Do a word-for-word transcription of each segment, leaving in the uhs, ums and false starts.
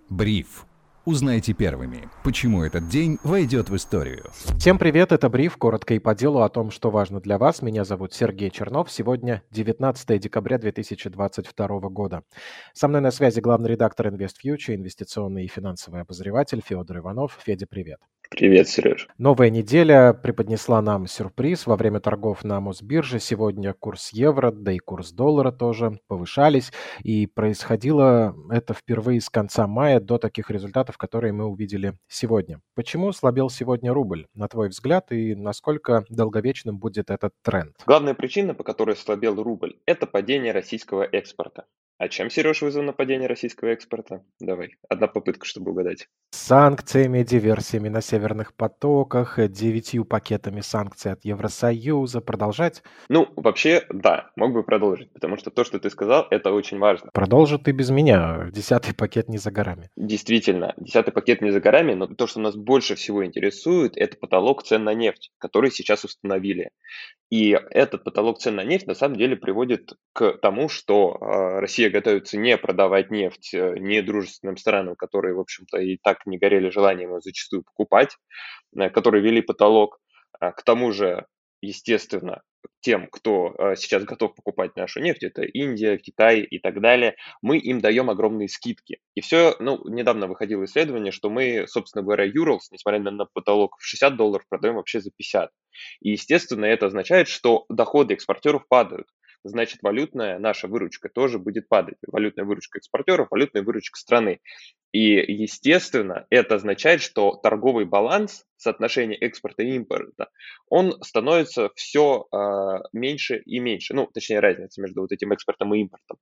Бриф. Узнайте первыми, почему этот день войдет в историю. Всем привет, это Бриф, коротко и по делу о том, что важно для вас. Меня зовут Сергей Чернов. Сегодня девятнадцатое декабря две тысячи двадцать второго года. Со мной на связи главный редактор InvestFuture, инвестиционный и финансовый обозреватель Федор Иванов. Федя, привет. Привет, Сереж. Новая неделя преподнесла нам сюрприз. Во время торгов на Мосбирже сегодня курс евро, да и курс доллара тоже повышались. И происходило это впервые с конца мая до таких результатов, которые мы увидели сегодня. Почему слабел сегодня рубль, на твой взгляд, и насколько долговечным будет этот тренд? Главная причина, по которой слабел рубль, это падение российского экспорта. А чем, Сереж, вызвано падение российского экспорта? Давай, одна попытка, чтобы угадать. Санкциями, диверсиями на северных потоках, девятью пакетами санкций от Евросоюза. Продолжать? Ну, вообще, да, мог бы продолжить, потому что то, что ты сказал, это очень важно. Продолжи ты без меня. Десятый пакет не за горами. Действительно, десятый пакет не за горами, но то, что нас больше всего интересует, это потолок цен на нефть, который сейчас установили. И этот потолок цен на нефть на самом деле приводит к тому, что э, Россия готовится не продавать нефть э, недружественным странам, которые, в общем-то, и так не горели желанием ее зачастую покупать, э, которые ввели потолок. А к тому же, естественно, тем, кто э, сейчас готов покупать нашу нефть, это Индия, Китай и так далее, мы им даем огромные скидки. И все, ну, недавно выходило исследование, что мы, собственно говоря, Уралс, несмотря на потолок в шестьдесят долларов, продаем вообще за пятьдесят. И, естественно, это означает, что доходы экспортеров падают. Значит, валютная наша выручка тоже будет падать. Валютная выручка экспортеров, валютная выручка страны. И, естественно, это означает, что торговый баланс, соотношение экспорта и импорта, он становится все э, меньше и меньше. Ну, точнее, разница между вот этим экспортом и импортом.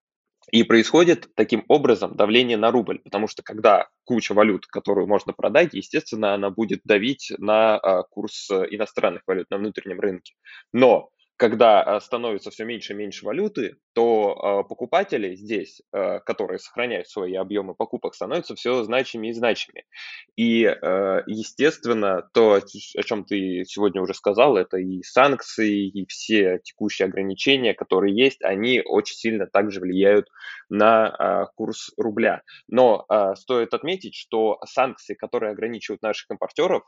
И происходит таким образом давление на рубль, потому что когда куча валют, которую можно продать, естественно, она будет давить на а, курс э, иностранных валют на внутреннем рынке. Но когда а, становится все меньше и меньше валюты, то а, покупатели здесь, а, которые сохраняют свои объемы покупок, становятся все значимее и значимее. И, э, естественно, то, о чем ты сегодня уже сказал, это и санкции, и все текущие ограничения, которые есть, они очень сильно также влияют на а, курс рубля. Но а, стоит отметить, что санкции, которые ограничивают наших импортеров,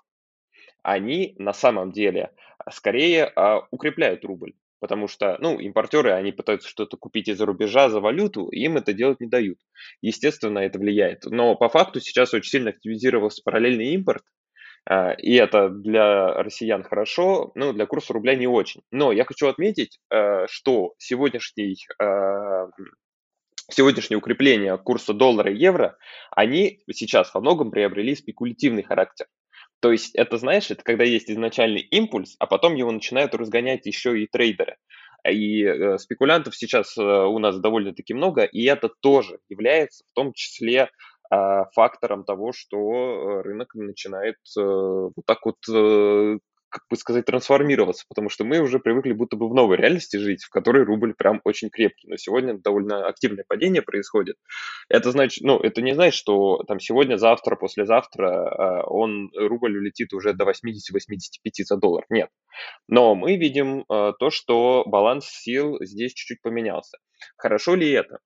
они на самом деле а, скорее а, укрепляют рубль. Потому что, ну, импортеры, они пытаются что-то купить из-за рубежа за валюту, и им это делать не дают. Естественно, это влияет. Но по факту сейчас очень сильно активизировался параллельный импорт, а, и это для россиян хорошо, но для курса рубля не очень. Но я хочу отметить, э, что сегодняшний а, сегодняшнее укрепление курса доллара и евро, они сейчас во многом приобрели спекулятивный характер. То есть это, знаешь, это когда есть изначальный импульс, а потом его начинают разгонять еще и трейдеры. И э, спекулянтов сейчас э, у нас довольно-таки много, и это тоже является в том числе э, фактором того, что э, рынок начинает э, вот так вот, э, как бы сказать, трансформироваться, потому что мы уже привыкли будто бы в новой реальности жить, в которой рубль прям очень крепкий. Но сегодня довольно активное падение происходит. Это значит, ну, это не значит, что там сегодня, завтра, послезавтра э, он, рубль улетит уже до восемьдесят-восемьдесят пять за доллар. Нет. Но мы видим э, то, что баланс сил здесь чуть-чуть поменялся. Хорошо ли это?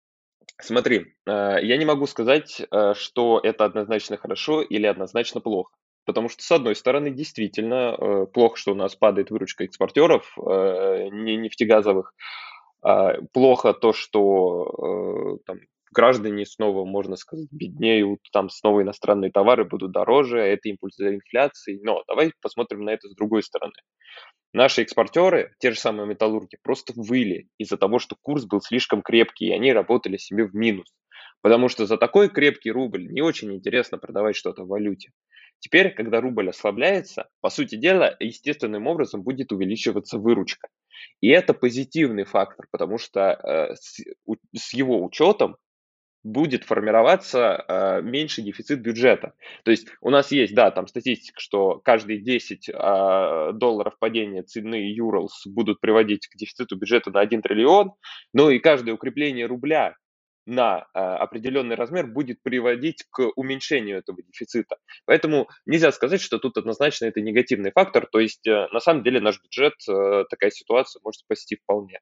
Смотри, э, я не могу сказать, э, что это однозначно хорошо или однозначно плохо. Потому что, с одной стороны, действительно э, плохо, что у нас падает выручка экспортеров э, не нефтегазовых. А, плохо то, что э, там граждане снова, можно сказать, беднеют, там снова иностранные товары будут дороже, а это импульс за инфляцией. Но давай посмотрим на это с другой стороны. Наши экспортеры, те же самые металлурги, просто выли из-за того, что курс был слишком крепкий, и они работали себе в минус. Потому что за такой крепкий рубль не очень интересно продавать что-то в валюте. Теперь, когда рубль ослабляется, по сути дела, естественным образом будет увеличиваться выручка. И это позитивный фактор, потому что э, с, у- с его учетом будет формироваться э, меньше дефицит бюджета. То есть у нас есть, да, там статистика, что каждые десять э, долларов падения цены Юрлс будут приводить к дефициту бюджета на один триллион, но и каждое укрепление рубля на э, определенный размер будет приводить к уменьшению этого дефицита. Поэтому нельзя сказать, что тут однозначно это негативный фактор. То есть э, на самом деле наш бюджет, э, такая ситуация может спасти вполне.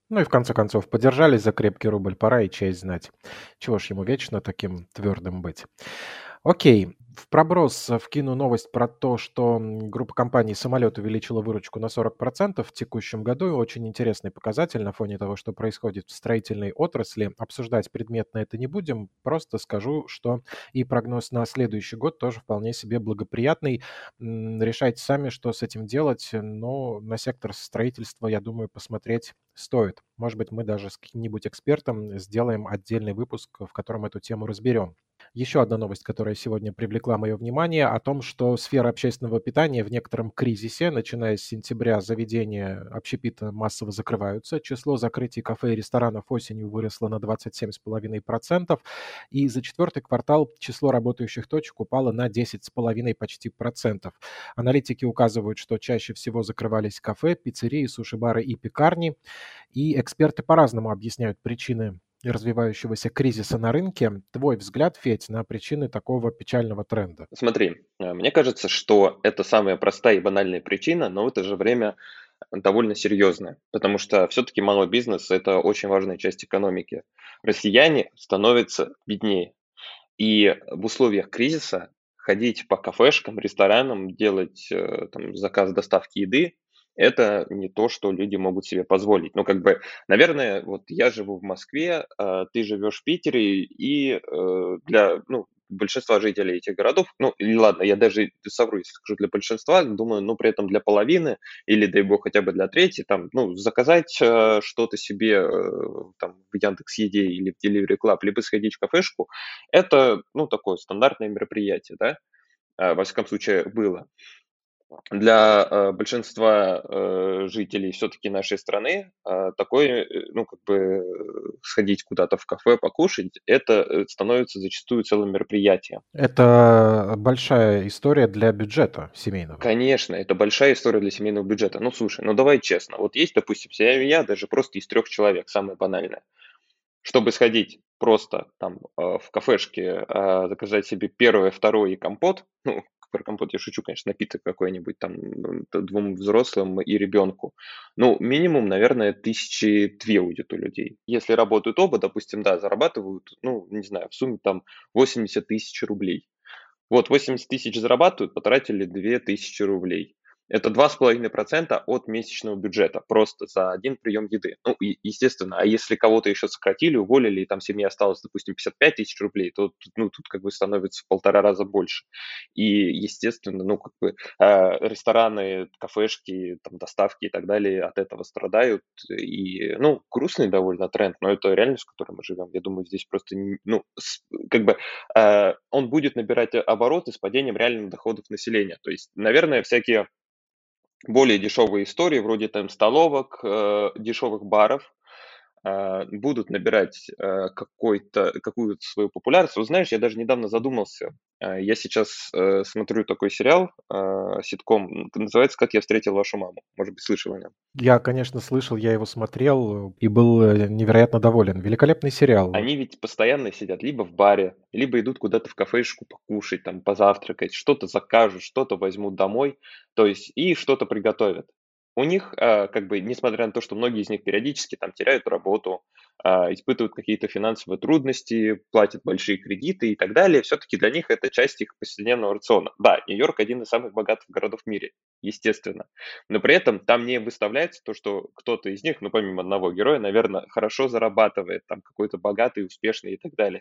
Ну и в конце концов подержались за крепкий рубль, пора и честь знать. Чего ж ему вечно таким твердым быть? Окей, в проброс э, вкину новость про то, что м, группа компаний «Самолет» увеличила выручку на сорок процентов в текущем году. Очень интересный показатель на фоне того, что происходит в строительной отрасли. Обсуждать предметно это не будем, просто скажу, что и прогноз на следующий год тоже вполне себе благоприятный. М, Решайте сами, что с этим делать, но на сектор строительства, я думаю, посмотреть стоит. Может быть, мы даже с каким-нибудь экспертом сделаем отдельный выпуск, в котором эту тему разберем. Еще одна новость, которая сегодня привлекла мое внимание, о том, что сфера общественного питания в некотором кризисе. Начиная с сентября заведения общепита массово закрываются. Число закрытий кафе и ресторанов осенью выросло на двадцать семь целых пять десятых процента. И за четвертый квартал число работающих точек упало на десять целых пять десятых почти процентов. Аналитики указывают, что чаще всего закрывались кафе, пиццерии, суши-бары и пекарни. И эксперты по-разному объясняют причины развивающегося кризиса на рынке. Твой взгляд, Федь, на причины такого печального тренда? Смотри, э, мне кажется, что это самая простая и банальная причина, но в это же время довольно серьезная, потому что все-таки малый бизнес– это очень важная часть экономики. Россияне становятся беднее, и в условиях кризиса ходить по кафешкам, ресторанам, делать э, там, заказ доставки еды– это не то, что люди могут себе позволить. Ну, как бы, наверное, вот я живу в Москве, а ты живешь в Питере, и э, для, ну, большинства жителей этих городов, ну, или ладно, я даже совру, если скажу для большинства, думаю, ну, при этом для половины, или, дай бог, хотя бы для трети, там, ну, заказать э, что-то себе э, там, в Яндекс.Еде или в Delivery Club, либо сходить в кафешку, это, ну, такое стандартное мероприятие, да, а, во всяком случае, было. Для э, большинства э, жителей все-таки нашей страны а, такое, э, ну, как бы э, сходить куда-то в кафе, покушать, это э, становится зачастую целым мероприятием. Это большая история для бюджета семейного. Конечно, это большая история для семейного бюджета. Ну, слушай, ну давай честно. Вот есть, допустим, семья даже просто из трех человек, самое банальное. Чтобы сходить просто там э, в кафешке, а, заказать себе первое, второе и компот, ну, про компот я шучу, конечно, напиток какой-нибудь там м, т- двум взрослым и ребенку. Ну, минимум, наверное, тысячи две уйдет у людей. Если работают оба, допустим, да, зарабатывают, ну, не знаю, в сумме там восемьдесят тысяч рублей. Вот восемьдесят тысяч зарабатывают, потратили две тысячи рублей. Это два с половиной процента от месячного бюджета просто за один прием еды. Ну, и, естественно, а если кого-то еще сократили, уволили, и там семье осталось, допустим, пятьдесят пять тысяч рублей, то тут, ну, тут как бы становится в полтора раза больше. И, естественно, ну, как бы э, рестораны, кафешки, там, доставки и так далее от этого страдают. И, ну, грустный довольно тренд, но это реальность, в которой мы живем. Я думаю, здесь просто, не- ну, с- как бы э, он будет набирать э, обороты с падением реальных доходов населения. То есть, наверное, всякие более дешевые истории, вроде там столовок, э, дешевых баров, а, будут набирать э, какой-то, какую-то свою популярность. Вот знаешь, я даже недавно задумался. А, Я сейчас э, смотрю такой сериал, а, ситком, м, называется «Как я встретил вашу маму». Может быть, слышал о нем. Я, конечно, слышал, я его смотрел э, и был э, невероятно доволен. Великолепный сериал. Они ведь постоянно сидят либо в баре, либо идут куда-то в кафешку покушать, там, позавтракать, что-то закажут, что-то возьмут домой, то есть и что-то приготовят. У них, а, как бы, несмотря на то, что многие из них периодически там теряют работу, а, испытывают какие-то финансовые трудности, платят большие кредиты и так далее, все-таки для них это часть их повседневного рациона. Да, Нью-Йорк один из самых богатых городов в мире, естественно. Но при этом там не выставляется то, что кто-то из них, ну, помимо одного героя, наверное, хорошо зарабатывает, там, какой-то богатый, успешный и так далее.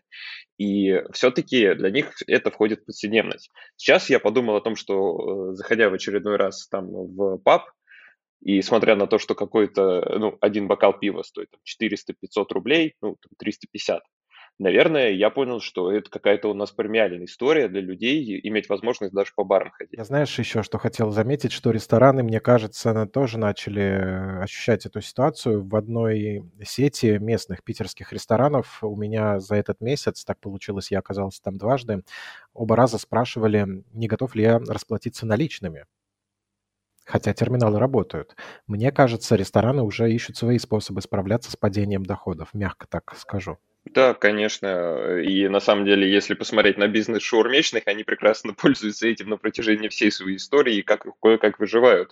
И все-таки для них это входит в повседневность. Сейчас я подумал о том, что, э, заходя в очередной раз там в паб, и смотря на то, что какой-то, ну, один бокал пива стоит там четыреста-пятьсот рублей, ну, там, триста пятьдесят, наверное, я понял, что это какая-то у нас премиальная история для людей иметь возможность даже по барам ходить. Я знаешь еще, что хотел заметить, что рестораны, мне кажется, на- тоже начали э, ощущать эту ситуацию. В одной сети местных питерских ресторанов у меня за этот месяц, так получилось, я оказался там дважды, оба раза спрашивали, не готов ли я расплатиться наличными. Хотя терминалы работают. Мне кажется, рестораны уже ищут свои способы справляться с падением доходов, мягко так скажу. Да, конечно. И на самом деле, если посмотреть на бизнес шаурмечных, они прекрасно пользуются этим на протяжении всей своей истории и как, кое-как выживают.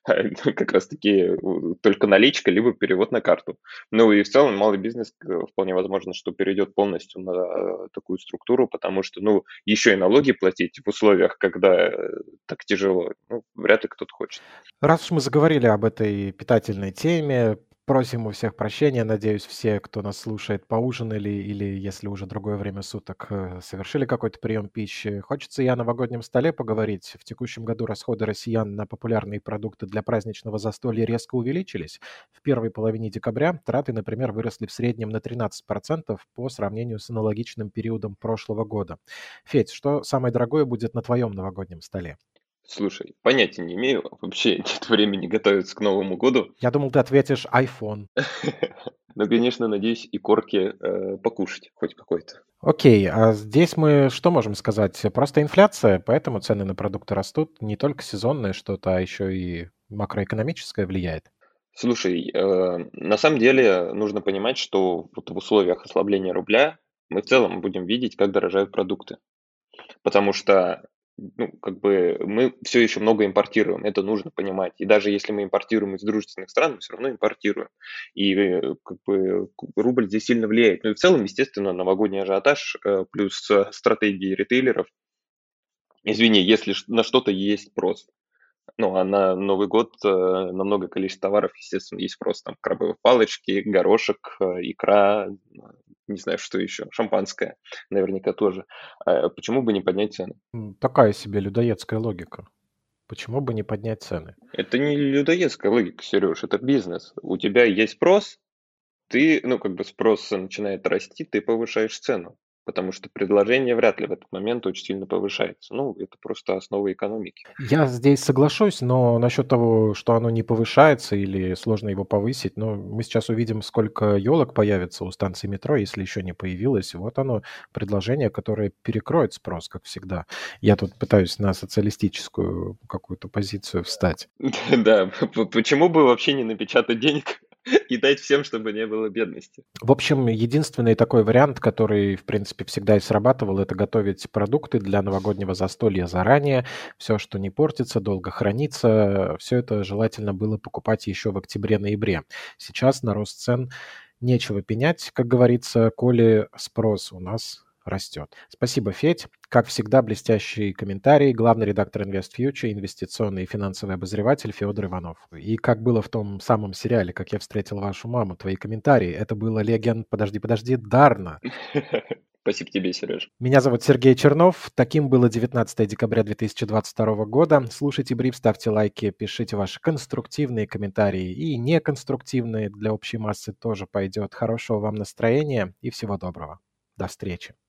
Как раз-таки у, только наличка, либо перевод на карту. Ну и в целом малый бизнес э, вполне возможно, что перейдет полностью на э, такую структуру, потому что, ну, еще и налоги платить в условиях, когда э, так тяжело, ну, вряд ли кто-то хочет. Раз уж мы заговорили об этой питательной теме, просим у всех прощения. Надеюсь, все, кто нас слушает, поужинали или, если уже другое время суток, э, совершили какой-то прием пищи. Хочется и о новогоднем столе поговорить. В текущем году расходы россиян на популярные продукты для праздничного застолья резко увеличились. В первой половине декабря траты, например, выросли в среднем на тринадцать процентов по сравнению с аналогичным периодом прошлого года. Федь, что самое дорогое будет на твоем новогоднем столе? Слушай, понятия не имею, вообще нет времени готовиться к Новому году. Я думал, ты ответишь iPhone. Но, конечно, надеюсь и корки э, покушать хоть какой-то. Окей, а здесь мы что можем сказать? Просто инфляция, поэтому цены на продукты растут. Не только сезонное что-то, а еще и макроэкономическое влияет. Слушай, э, на самом деле нужно понимать, что вот в условиях ослабления рубля мы в целом будем видеть, как дорожают продукты. Потому что, ну, как бы мы все еще много импортируем, это нужно понимать. И даже если мы импортируем из дружественных стран, мы все равно импортируем. И э, как бы к- рубль здесь сильно влияет. Ну и в целом, естественно, новогодний ажиотаж э, плюс э, стратегии ритейлеров. Извини, если ш- на что-то есть спрос. Ну, а на Новый год, э, на много количество товаров, естественно, есть спрос. Там крабовые палочки, горошек, э, икра, э, не знаю, что еще, шампанское наверняка тоже. Э, почему бы не поднять цены? М, Такая себе людоедская логика. Почему бы не поднять цены? Это не людоедская логика, Сереж, это бизнес. У тебя есть спрос, ты, ну, как бы спрос начинает расти, ты повышаешь цену, потому что предложение вряд ли в этот момент очень сильно повышается. Ну, это просто основа экономики. Я здесь соглашусь, но насчет того, что оно не повышается или сложно его повысить, ну, мы сейчас увидим, сколько елок появится у станции метро, если еще не появилось. Вот оно, предложение, которое перекроет спрос, как всегда. Я тут пытаюсь на социалистическую какую-то позицию встать. Да, п- почему бы вообще не напечатать денег и дать всем, чтобы не было бедности? В общем, единственный такой вариант, который, в принципе, всегда и срабатывал, это готовить продукты для новогоднего застолья заранее. Все, что не портится, долго хранится, все это желательно было покупать еще в октябре-ноябре. Сейчас на рост цен нечего пенять, как говорится, коли спрос у нас растет. Спасибо, Федь. Как всегда, блестящий комментарий. Главный редактор InvestFuture, инвестиционный и финансовый обозреватель Федор Иванов. И как было в том самом сериале «Как я встретил вашу маму», твои комментарии. Это было леген... Подожди, подожди, Дарна. Спасибо тебе, Сереж. Меня зовут Сергей Чернов. Таким было девятнадцатое декабря две тысячи двадцать второго года. Слушайте Бриф, ставьте лайки, пишите ваши конструктивные комментарии и неконструктивные для общей массы тоже пойдет. Хорошего вам настроения и всего доброго. До встречи.